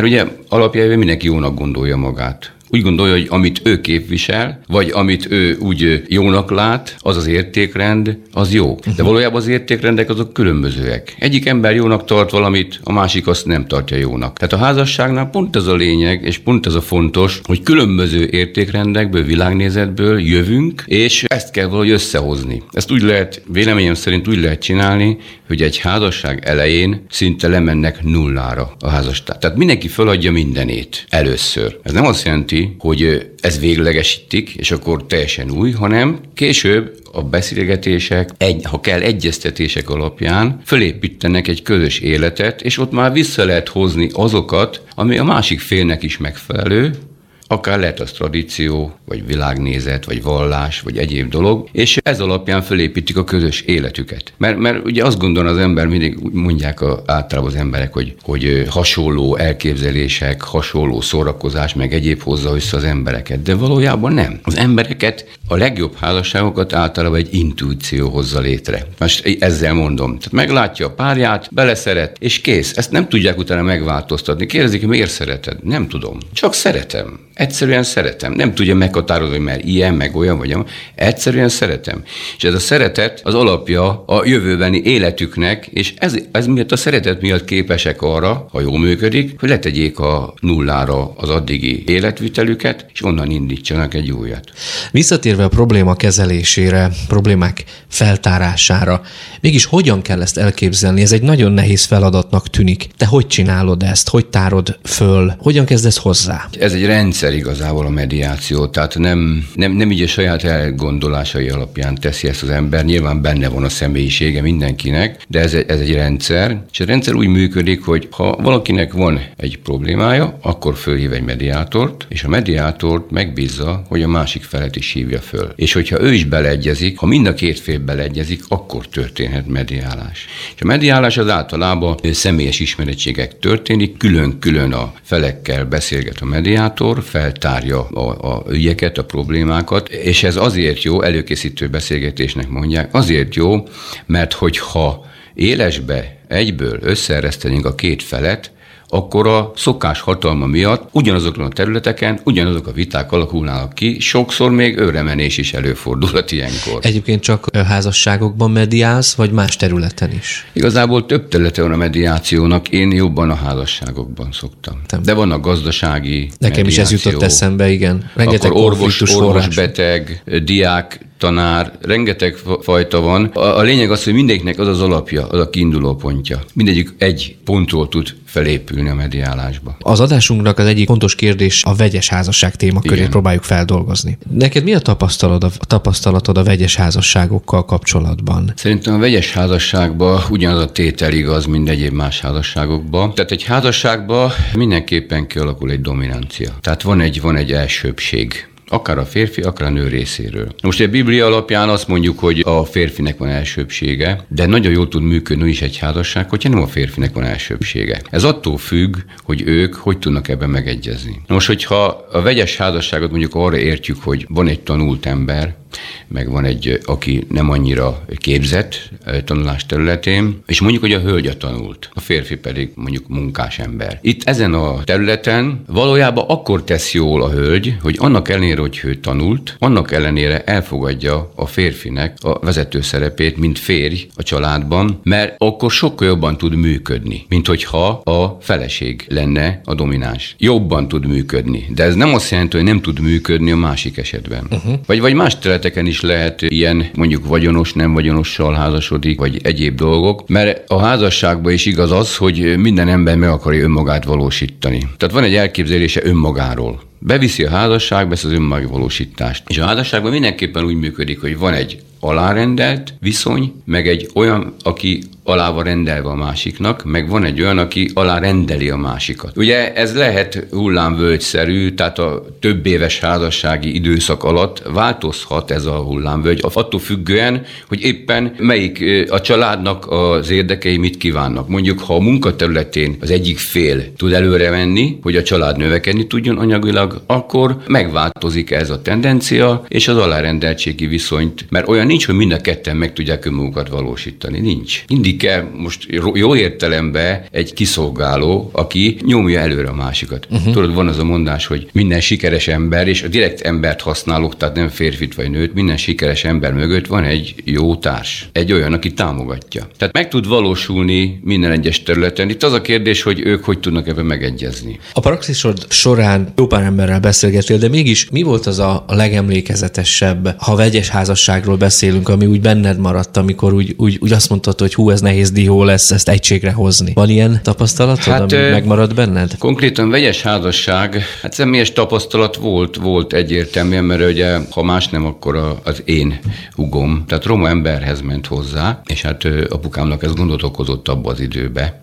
Mert ugye alapjában mindenki jónak gondolja magát. Úgy gondolja, hogy amit ő képvisel, vagy amit ő úgy jónak lát, az az értékrend, az jó. De valójában az értékrendek azok különbözőek. Egyik ember jónak tart valamit, a másik azt nem tartja jónak. Tehát a házasságnál pont ez a lényeg, és pont ez a fontos, hogy különböző értékrendekből, világnézetből jövünk, és ezt kell valahogy összehozni. Ezt úgy lehet, véleményem szerint úgy lehet csinálni, hogy egy házasság elején szinte lemennek nullára a házastársak. Tehát mindenki feladja mindenét először. Ez nem azt jelenti, hogy ez véglegesítik, és akkor teljesen új, hanem később a beszélgetések, ha kell egyeztetések alapján fölépítenek egy közös életet, és ott már vissza lehet hozni azokat, ami a másik félnek is megfelelő, akár lehet az tradíció, vagy világnézet, vagy vallás, vagy egyéb dolog, és ez alapján fölépítik a közös életüket. Mert ugye azt gondol az ember, mindig mondják általában az emberek, hogy hasonló elképzelések, hasonló szórakozás, meg egyéb hozza össze az embereket, de valójában nem. Az embereket, a legjobb házasságokat általában egy intuíció hozza létre. Most ezzel mondom. Tehát meglátja a párját, beleszeret, és kész. Ezt nem tudják utána megváltoztatni. Kérdezik, hogy miért szereted? Nem tudom. Csak szeretem. Egyszerűen szeretem. Nem tudja meghatározni, hogy mert ilyen, meg olyan, vagy olyan. Egyszerűen szeretem. És ez a szeretet az alapja a jövőbeni életüknek, és ez miatt a szeretet miatt képesek arra, ha jól működik, hogy letegyék a nullára az addigi életvitelüket, és onnan indítsanak egy újat. Visszatérve a probléma kezelésére, problémák feltárására, mégis hogyan kell ezt elképzelni? Ez egy nagyon nehéz feladatnak tűnik. Te hogy csinálod ezt? Hogy tárod föl? Hogyan kezdesz hozzá? Ez egy rendszer igazából a mediáció, tehát nem így a saját elgondolásai alapján teszi ezt az ember. Nyilván benne van a személyisége mindenkinek, de ez egy rendszer. És a rendszer úgy működik, hogy ha valakinek van egy problémája, akkor fölhív egy mediátort, és a mediátort megbízza, hogy a másik felet is hívja föl. És hogyha ő is beleegyezik, ha mind a két fél beleegyezik, akkor történhet mediálás. És a mediálás az általában személyes ismerettségek történik, külön-külön a felekkel beszélget a mediátor, feltárja a ügyeket, a problémákat, és ez azért jó, előkészítő beszélgetésnek mondják, azért jó, mert hogyha élesbe egyből összeeresztenénk a két felet, akkor a szokás hatalma miatt ugyanazokon a területeken ugyanazok a viták alakulnának ki, sokszor még őremenés is előfordulhat ilyenkor. Egyébként csak házasságokban mediálsz, vagy más területen is? Igazából több területe van a mediációnak, én jobban a házasságokban szoktam. De vannak gazdasági Nekem is ez jutott eszembe, igen. Rengeteg akkor orvos-beteg, diák, tanár, rengeteg fajta van. A lényeg az, hogy mindegyiknek az az alapja, az a kiinduló pontja. Mindegyik egy pontról tud felépülni a mediálásba. Az adásunknak az egyik fontos kérdés a vegyes házasság témakörét próbáljuk feldolgozni. Neked mi a tapasztalatod a vegyes házasságokkal kapcsolatban? Szerintem a vegyes házasságban ugyanaz a tétel igaz, mint egyéb más házasságokban. Tehát egy házasságban mindenképpen kialakul egy dominancia. Tehát van egy elsőbbség. Akár a férfi, akár a nő részéről. Most a Biblia alapján azt mondjuk, hogy a férfinek van elsőbbsége, de nagyon jól tud működni is egy házasság, hogyha nem a férfinek van elsőbbsége. Ez attól függ, hogy ők hogy tudnak ebben megegyezni. Most, hogyha a vegyes házasságot mondjuk arra értjük, hogy van egy tanult ember, meg van egy, aki nem annyira képzett tanulás területén, és mondjuk, hogy a hölgy a tanult, a férfi pedig mondjuk munkás ember. Itt ezen a területen valójában akkor tesz jól a hölgy, hogy annak ellenére, hogy ő tanult, annak ellenére elfogadja a férfinek a vezető szerepét, mint férj a családban, mert akkor sokkal jobban tud működni, mint hogyha a feleség lenne a domináns. Jobban tud működni, de ez nem azt jelenti, hogy nem tud működni a másik esetben. Vagy más területeken is lehet ilyen, mondjuk vagyonos, nem vagyonossal házasodik, vagy egyéb dolgok, mert a házasságban is igaz az, hogy minden ember meg akarja önmagát valósítani. Tehát van egy elképzelése önmagáról. Beviszi a házasságba ezt az önmegvalósítást. És a házasságban mindenképpen úgy működik, hogy van egy alárendelt viszony, meg egy olyan, aki alá van rendelve a másiknak, meg van egy olyan, aki alárendeli a másikat. Ugye ez lehet hullámvölgyszerű, tehát a több éves házassági időszak alatt változhat ez a hullámvölgy, attól függően, hogy éppen melyik a családnak az érdekei mit kívánnak. Mondjuk, ha a munkaterületén az egyik fél tud előre menni, hogy a család növekedni tudjon anyagilag, akkor megváltozik ez a tendencia, és az alárendeltségi viszonyt, mert olyan nincs, hogy mind a ketten meg tudják önmagukat valósítani. Nincs. Mindig fizike, most jó értelemben egy kiszolgáló, aki nyomja előre a másikat. Tudod, van az a mondás, hogy minden sikeres ember, és a direkt embert használok, tehát nem férfit vagy nőt, minden sikeres ember mögött van egy jó társ. Egy olyan, aki támogatja. Tehát meg tud valósulni minden egyes területen. Itt az a kérdés, hogy ők hogy tudnak ebben megegyezni. A praxisod során jó pár emberrel beszélgettél, de mégis mi volt az a legemlékezetesebb, ha vegyes házasságról beszélünk, ami úgy benned maradt, amikor úgy azt mondtad, hogy hú, ez nehéz dió lesz ezt egységre hozni. Van ilyen tapasztalatod, ami megmaradt benned? Konkrétan vegyes házasság, hát személyes tapasztalat volt egyértelműen, mert ugye, ha más nem, akkor az én hugom, tehát roma emberhez ment hozzá, és hát apukámnak ez gondot okozott abba az időbe.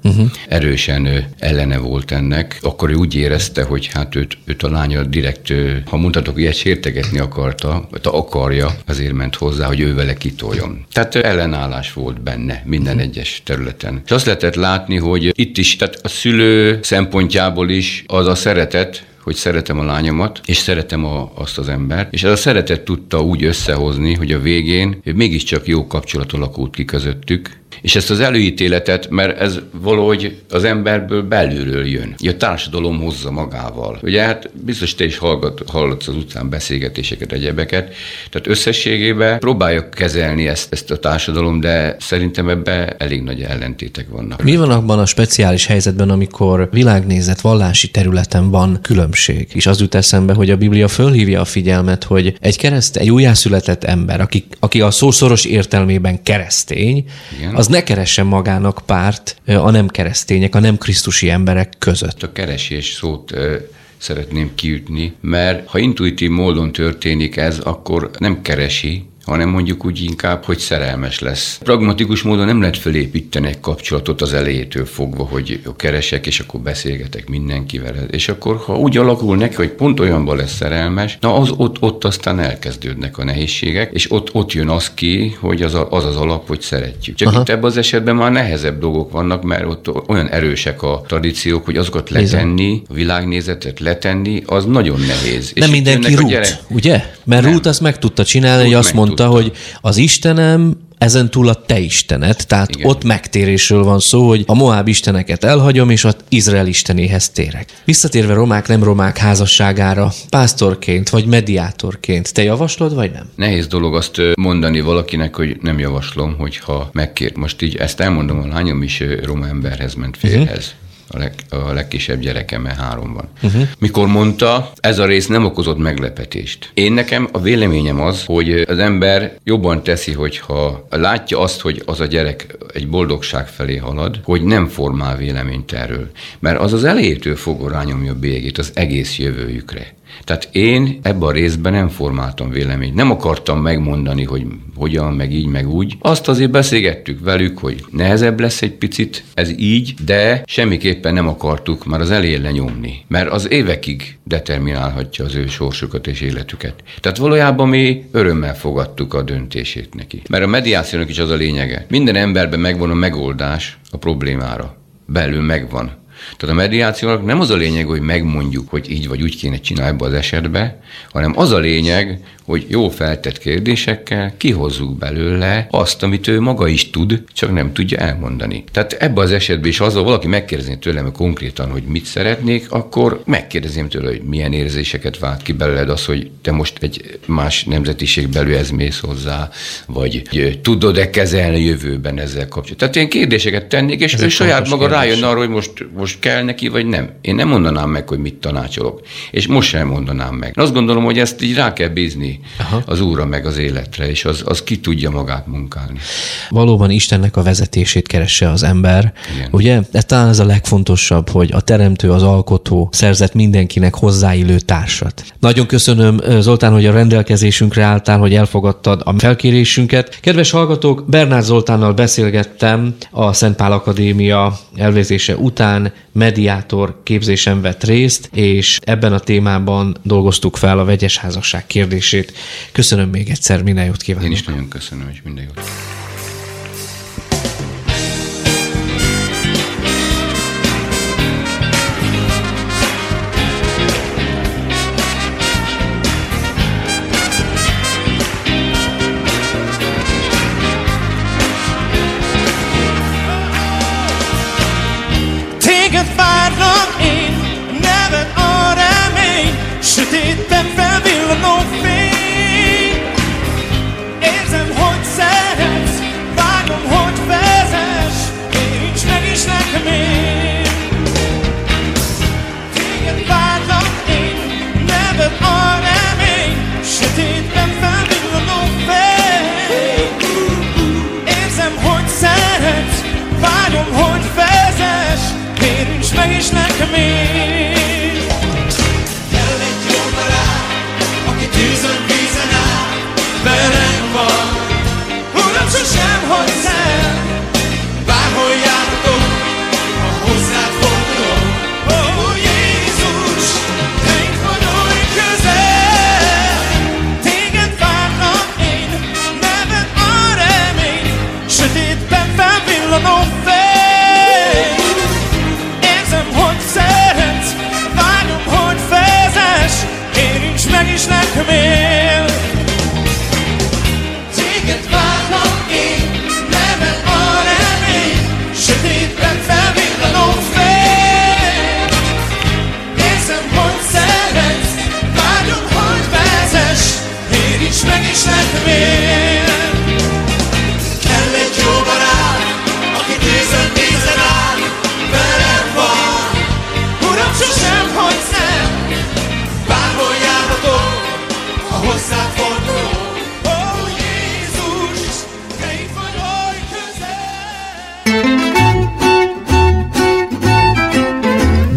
Erősen ellene volt ennek. Akkor ő úgy érezte, hogy hát őt a lánya direkt, ha mondhatok, ilyet sértegetni akarta, vagy akarja, azért ment hozzá, hogy ő vele kitoljon. Tehát ellenállás volt benne minden egyes területen. És azt lehetett látni, hogy itt is, tehát a szülő szempontjából is az a szeretet, hogy szeretem a lányomat, és szeretem azt az embert, és ez a szeretet tudta úgy összehozni, hogy a végén mégiscsak jó kapcsolat alakult ki közöttük, és ezt az előítéletet, mert ez valahogy az emberből belülről jön. A társadalom hozza magával. Ugye hát biztos te is hallatsz az utcán beszélgetéseket, egyebeket, tehát összességében próbáljuk kezelni ezt a társadalom, de szerintem ebben elég nagy ellentétek vannak. Mi van abban a speciális helyzetben, amikor világnézet, vallási területen van különbség? És az jut eszembe, hogy a Biblia fölhívja a figyelmet, hogy egy újjászületett ember, aki a szó szoros értelmében keresztény, igen, az ne keressen magának párt a nem keresztények, a nem krisztusi emberek között. A keresés szót szeretném kiütni, mert ha intuitív módon történik ez, akkor nem keresi, hanem mondjuk úgy inkább, hogy szerelmes lesz. Pragmatikus módon nem lehet fölépíteni egy kapcsolatot az elejétől fogva, hogy keresek, és akkor beszélgetek mindenkivel. És akkor, ha úgy alakul neki, hogy pont olyanban lesz szerelmes, na ott aztán elkezdődnek a nehézségek, és ott jön az ki, hogy az alap, hogy szeretjük. Csak itt ebben az esetben már nehezebb dolgok vannak, mert ott olyan erősek a tradíciók, hogy azokat letenni, a világnézetet letenni, az nagyon nehéz. Nem mindenki Rút, ugye? Mert Rút azt meg tudta csinálni, hogy azt mondta, hogy az Istenem ezen túl a te istened, tehát igen, ott megtérésről van szó, hogy a Moáb isteneket elhagyom, és az Izrael istenéhez térek. Visszatérve romák, nem romák házasságára, pásztorként vagy mediátorként, te javaslod, vagy nem? Nehéz dolog azt mondani valakinek, hogy nem javaslom, hogyha megkér. Most így ezt elmondom, a lányom is roma emberhez ment, férhez. A legkisebb gyerekem, 3 van. Mikor mondta, ez a rész nem okozott meglepetést. Nekem a véleményem az, hogy az ember jobban teszi, hogyha látja azt, hogy az a gyerek egy boldogság felé halad, hogy nem formál véleményt erről. Mert az elejétől fogva rányomja a bélyegét az egész jövőjükre. Tehát én ebben a részben nem formáltam véleményt. Nem akartam megmondani, hogy hogyan, meg így, meg úgy. Azt azért beszélgettük velük, hogy nehezebb lesz egy picit, ez így, de semmiképpen nem akartuk már az elején lenyomni. Mert az évekig determinálhatja az ő sorsukat és életüket. Tehát valójában mi örömmel fogadtuk a döntését neki. Mert a mediációnak is az a lényege. Minden emberben megvan a megoldás a problémára. Belül megvan. Tehát a mediációnak nem az a lényeg, hogy megmondjuk, hogy így vagy úgy kéne csinálni ebbe az esetbe, hanem az a lényeg, hogy jó feltett kérdésekkel kihozzuk belőle azt, amit ő maga is tud, csak nem tudja elmondani. Tehát ebbe az esetben is az, ha valaki megkérdezi tőlem konkrétan, hogy mit szeretnék, akkor megkérdezném tőle, hogy milyen érzéseket vált ki belőled az, hogy te most egy más nemzetiségbelőhez mész hozzá, vagy tudod-e kezelni jövőben ezzel kapcsolatban. Tehát én kérdéseket tennék, és ő saját maga rájön arra, hogy most kell neki, vagy nem. Én nem mondanám meg, hogy mit tanácsolok. És most sem mondanám meg. Azt gondolom, hogy ezt így rá kell bízni az Úrra meg az életre, és az ki tudja magát munkálni. Valóban Istennek a vezetését keresse az ember. Igen. Ugye? De talán ez a legfontosabb, hogy a teremtő, az alkotó szerzett mindenkinek hozzáillő társat. Nagyon köszönöm, Zoltán, hogy a rendelkezésünkre álltál, hogy elfogadtad a felkérésünket. Kedves hallgatók, Bernárd Zoltánnal beszélgettem a Szent Pál Akadémia elvégzése után, mediátor képzésen vett részt, és ebben a témában dolgoztuk fel a vegyes házasság kérdését. Köszönöm még egyszer, minden jót kívánok. Én is nagyon köszönöm, és minden jót.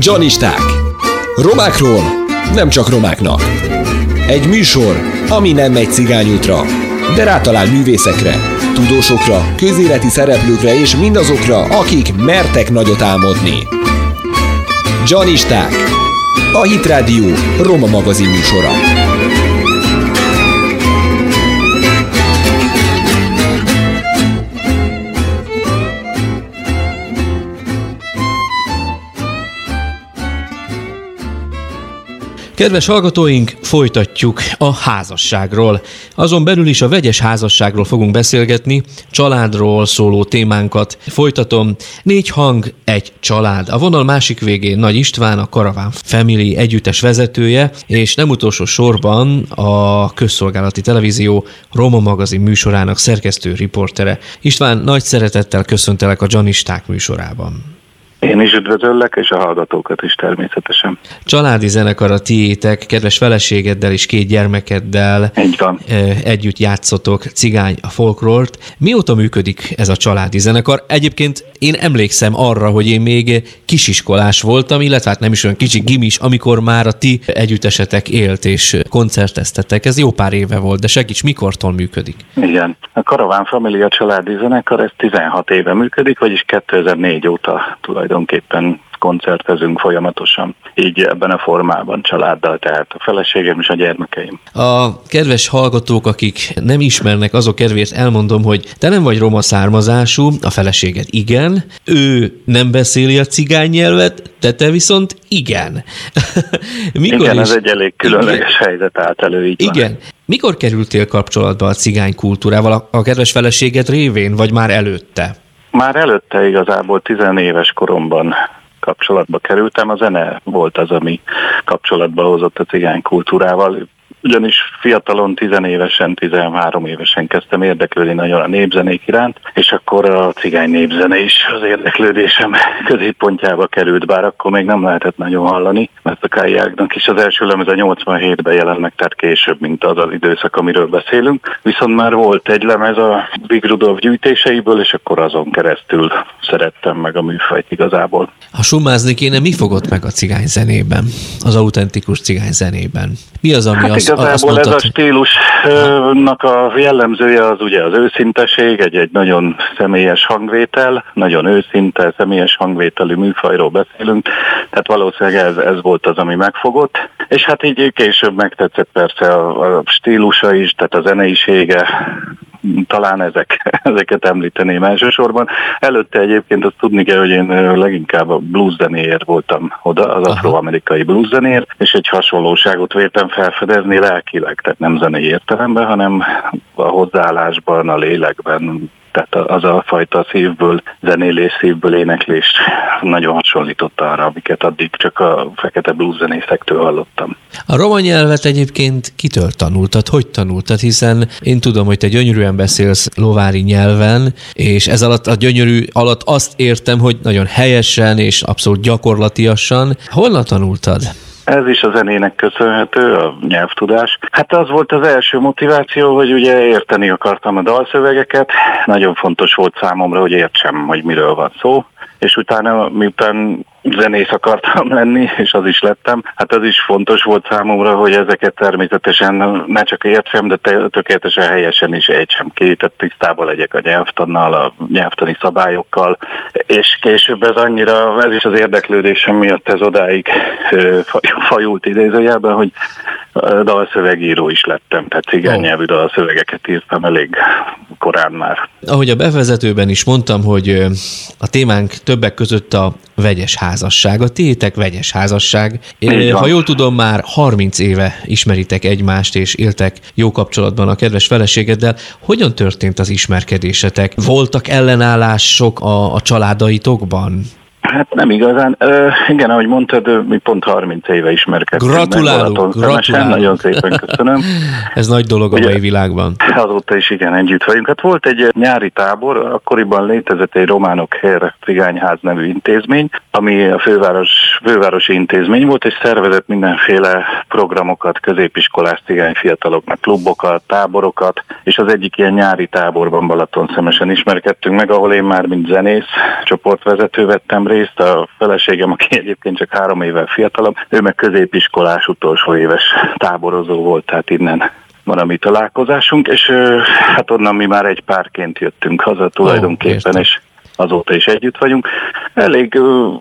Dzsanisták. Romákról, nem csak romáknak. Egy műsor, ami nem megy cigányútra, de rátalál művészekre, tudósokra, közéleti szereplőkre és mindazokra, akik mertek nagyot álmodni. Dzsanisták. A Hit Rádió roma magazin műsora. Kedves hallgatóink, folytatjuk a házasságról. Azon belül is a vegyes házasságról fogunk beszélgetni, családról szóló témánkat folytatom. 4 hang, egy család. A vonal másik végén Nagy István, a Caravan Family együttes vezetője, és nem utolsó sorban a Közszolgálati Televízió Roma magazin műsorának szerkesztő riportere. István, nagy szeretettel köszöntelek a Dzsanisták műsorában. Én is üdvözöllek, és a hallgatókat is természetesen. Családi zenekar a tiétek, kedves feleségeddel és 2 gyermekeddel együtt játszotok Cigány a folklort. Mióta működik ez a családi zenekar? Egyébként én emlékszem arra, hogy én még kisiskolás voltam, illetve hát nem is olyan kicsi, gimis, amikor már a ti együttesetek élt és koncerteztetek. Ez jó pár éve volt, de segíts, mikortól működik? Igen. A Caravan Family, a családi zenekar, ez 16 éve működik, vagyis 2004 óta tulajdonképpen koncertezünk folyamatosan, így ebben a formában családdal, tehát a feleségem és a gyermekeim. A kedves hallgatók, akik nem ismernek, azok kedvéért elmondom, hogy te nem vagy roma származású, a feleséged igen, ő nem beszéli a cigány nyelvet, te viszont igen. Igen, ez egy elég különleges helyzet állt elő, így igen. Van. Mikor kerültél kapcsolatba a cigány kultúrával, a kedves feleséged révén, vagy már előtte? Már előtte igazából 10 éves koromban kapcsolatba kerültem. A zene volt az, ami kapcsolatba hozott a cigány kultúrával. Ugyanis fiatalon, 10 évesen, 13 évesen kezdtem érdeklődni nagyon a népzenék iránt, és akkor a cigány népzene is az érdeklődésem középpontjába került, bár akkor még nem lehetett nagyon hallani, mert a Kályi Ágnak is az első lemeze 87-ben jelent meg, tehát később, mint az az időszak, amiről beszélünk. Viszont már volt egy lemez a Big Rudolf gyűjtéseiből, és akkor azon keresztül szerettem meg a műfajt igazából. Ha summázni kéne, mi fogott meg a cigány zenében, az autentikus cigány zenében? Mi az, ami igazából ez a stílusnak a jellemzője az ugye az őszinteség, egy nagyon személyes hangvétel, nagyon őszinte, személyes hangvételű műfajról beszélünk, tehát valószínűleg ez volt az, ami megfogott, és hát így később megtetszett persze a stílusa is, tehát a zeneisége, talán ezeket említeném elsősorban. Előtte egyébként azt tudni kell, hogy én leginkább a blues zenéért voltam oda, az afroamerikai blues zenéért, és egy hasonlóságot véltem felfedezni lelkileg, tehát nem zenei értelemben, hanem a hozzáállásban, a lélekben, tehát az a fajta szívből zenélés, szívből éneklés nagyon hasonlított arra, amiket addig csak a fekete blues zenészektől hallottam. A roma nyelvet egyébként kitől tanultad? Hogy tanultad? Hiszen én tudom, hogy te gyönyörűen beszélsz lovári nyelven, és ez alatt a gyönyörű alatt azt értem, hogy nagyon helyesen és abszolút gyakorlatiasan. Honnan tanultad? Ez is a zenének köszönhető, a nyelvtudás. Hát az volt az első motiváció, hogy ugye érteni akartam a dalszövegeket. Nagyon fontos volt számomra, hogy értsem, hogy miről van szó. És utána, miután zenész akartam lenni, és az is lettem, hát az is fontos volt számomra, hogy ezeket természetesen ne csak értsem, de tökéletesen helyesen is ejtsem ki, tehát tisztában legyek a nyelvtannal, a nyelvtani szabályokkal, és később ez is az érdeklődésem miatt ez odáig fajult idézőjelben, hogy dalszövegíró is lettem, tehát cigány nyelvű dalszövegeket írtam elég korán már. Ahogy a bevezetőben is mondtam, hogy a témánk többek között a vegyes házasság, a tiétek vegyes házasság. Ha jól tudom, már 30 éve ismeritek egymást, és éltek jó kapcsolatban a kedves feleségeddel. Hogyan történt az ismerkedésetek? Voltak ellenállások a családaitokban? Hát nem igazán. Igen, ahogy mondtad, mi pont 30 éve ismerkedtünk. Gratulálunk. Nagyon szépen köszönöm. Ez nagy dolog a mai világban. Azóta is igen, együtt vagyunk. Hát volt egy nyári tábor, akkoriban létezett egy Románok Hér Cigányház nevű intézmény, ami a fővárosi intézmény volt, és szervezett mindenféle programokat, középiskolás cigány fiataloknak, klubokat, táborokat, és az egyik ilyen nyári táborban Balatonszemesen ismerkedtünk meg, ahol én már mint zenész csoportvezető vettem részt, a feleségem, aki egyébként csak 3 évvel fiatalabb, ő meg középiskolás utolsó éves táborozó volt, tehát innen van a mi találkozásunk, és hát onnan mi már egy párként jöttünk haza tulajdonképpen, és azóta is együtt vagyunk. Elég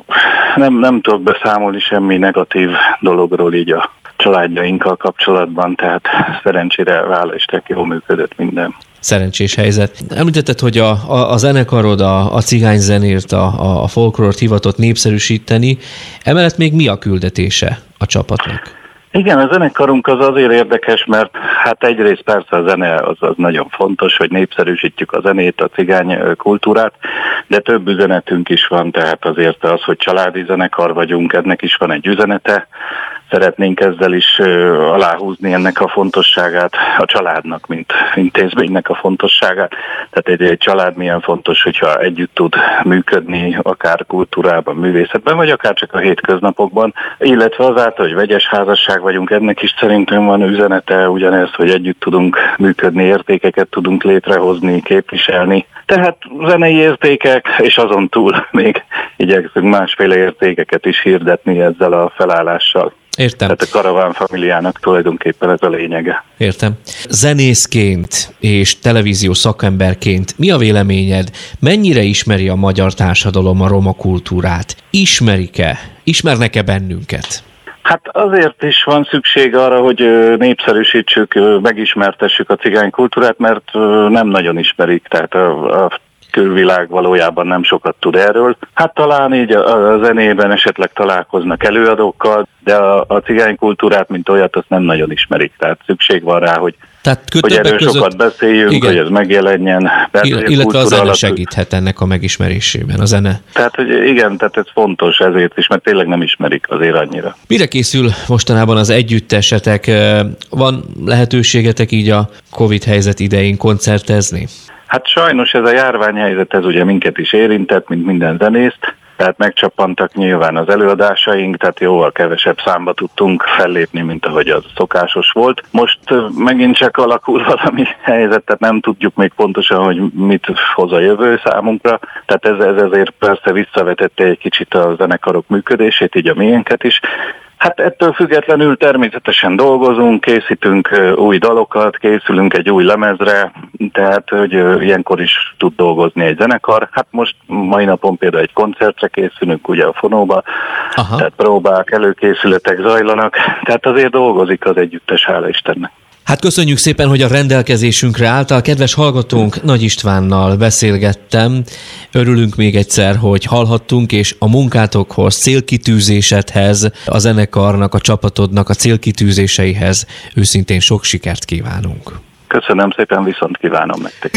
nem tudok beszámolni semmi negatív dologról így a családjainkkal kapcsolatban, tehát szerencsére hála Istennek jól működött minden. Szerencsés helyzet. Említetted, hogy a zenekarod a cigányzenét, a folklort hivatott népszerűsíteni, emellett még mi a küldetése a csapatnak? Igen, a zenekarunk az azért érdekes, mert hát egyrészt persze a zene az nagyon fontos, hogy népszerűsítjük a zenét, a cigány kultúrát, de több üzenetünk is van, tehát azért az, hogy családi zenekar vagyunk, ennek is van egy üzenete. Szeretnénk ezzel is aláhúzni ennek a fontosságát, a családnak, mint intézménynek a fontosságát. Tehát egy család milyen fontos, hogyha együtt tud működni, akár kultúrában, művészetben, vagy akár csak a hétköznapokban. Illetve azáltal, hogy vegyes házasság vagyunk, ennek is szerintem van üzenete, ugyanez, hogy együtt tudunk működni, értékeket tudunk létrehozni, képviselni. Tehát zenei értékek, és azon túl még igyekszünk másféle értékeket is hirdetni ezzel a felállással. Értem. Tehát a Karaván Familiának tulajdonképpen ez a lényege. Értem. Zenészként és televíziós szakemberként mi a véleményed? Mennyire ismeri a magyar társadalom a roma kultúrát? Ismerik-e? Ismernek-e bennünket? Hát azért is van szükség arra, hogy népszerűsítsük, megismertessük a cigány kultúrát, mert nem nagyon ismerik, tehát a külvilág valójában nem sokat tud erről. Hát talán így a zenében esetleg találkoznak előadókkal, de a cigány kultúrát, mint olyat, azt nem nagyon ismerik. Tehát szükség van rá, hogy erről sokat beszéljünk, igen, hogy ez megjelenjen. Illetve a zene segíthet ennek a megismerésében, a zene. Tehát, hogy igen, tehát ez fontos ezért is, mert tényleg nem ismerik azért annyira. Mire készül mostanában az együttesetek? Van lehetőségetek így a Covid helyzet idején koncertezni? Hát sajnos ez a járványhelyzet, ez ugye minket is érintett, mint minden zenészt, tehát megcsappantak nyilván az előadásaink, tehát jóval kevesebb számba tudtunk fellépni, mint ahogy az szokásos volt. Most megint csak alakul valami helyzet, tehát nem tudjuk még pontosan, hogy mit hoz a jövő számunkra, tehát ez ezért persze visszavetette egy kicsit a zenekarok működését, így a miénket is. Hát ettől függetlenül természetesen dolgozunk, készítünk új dalokat, készülünk egy új lemezre, tehát hogy ilyenkor is tud dolgozni egy zenekar. Hát most mai napon például egy koncertre készülünk ugye a Fonóba, tehát próbák, előkészületek zajlanak, tehát azért dolgozik az együttes, hála Istennek. Hát köszönjük szépen, hogy a rendelkezésünkre álltál. Kedves hallgatónk, Nagy Istvánnal beszélgettem. Örülünk még egyszer, hogy hallhattunk, és a munkátokhoz, célkitűzésedhez, a zenekarnak, a csapatodnak a célkitűzéseihez őszintén sok sikert kívánunk. Köszönöm szépen, viszont kívánom nektek.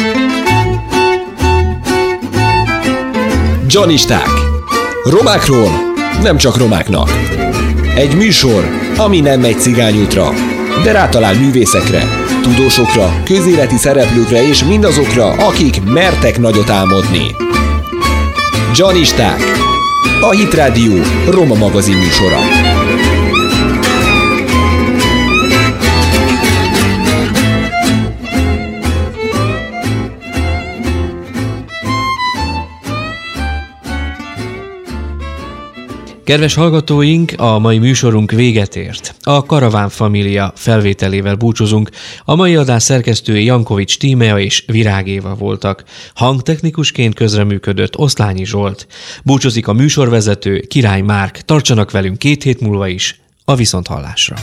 Johnnisták. Romákról, nem csak romáknak. Egy műsor, ami nem megy cigányútra, de rátalál művészekre, tudósokra, közéleti szereplőkre és mindazokra, akik mertek nagyot álmodni. Johnnisták. A Hit Rádió roma magazin műsora. Kedves hallgatóink, a mai műsorunk véget ért. A Karaván Família felvételével búcsúzunk. A mai adás szerkesztői Jankovics Tímea és Virág Éva voltak. Hangtechnikusként közreműködött Oszlányi Zsolt. Búcsúzik a műsorvezető Király Márk. Tartsanak velünk 2 hét múlva is. A viszonthallásra.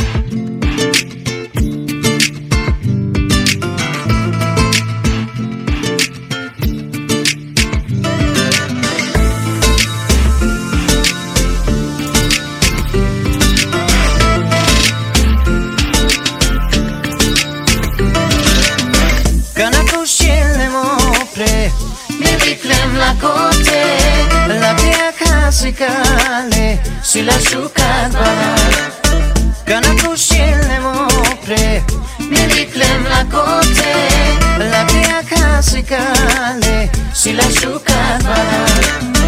Si la szukat banar Kana kushile mopre Miliklem la kote La pia kasikale Si la szukat banar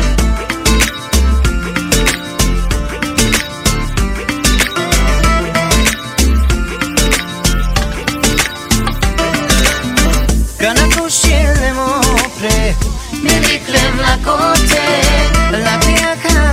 Kana kushile mopre Miliklem la kote La pia kasikale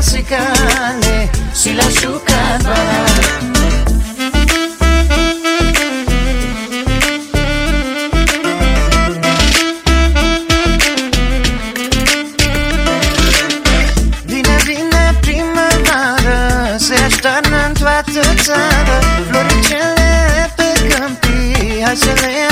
acelera.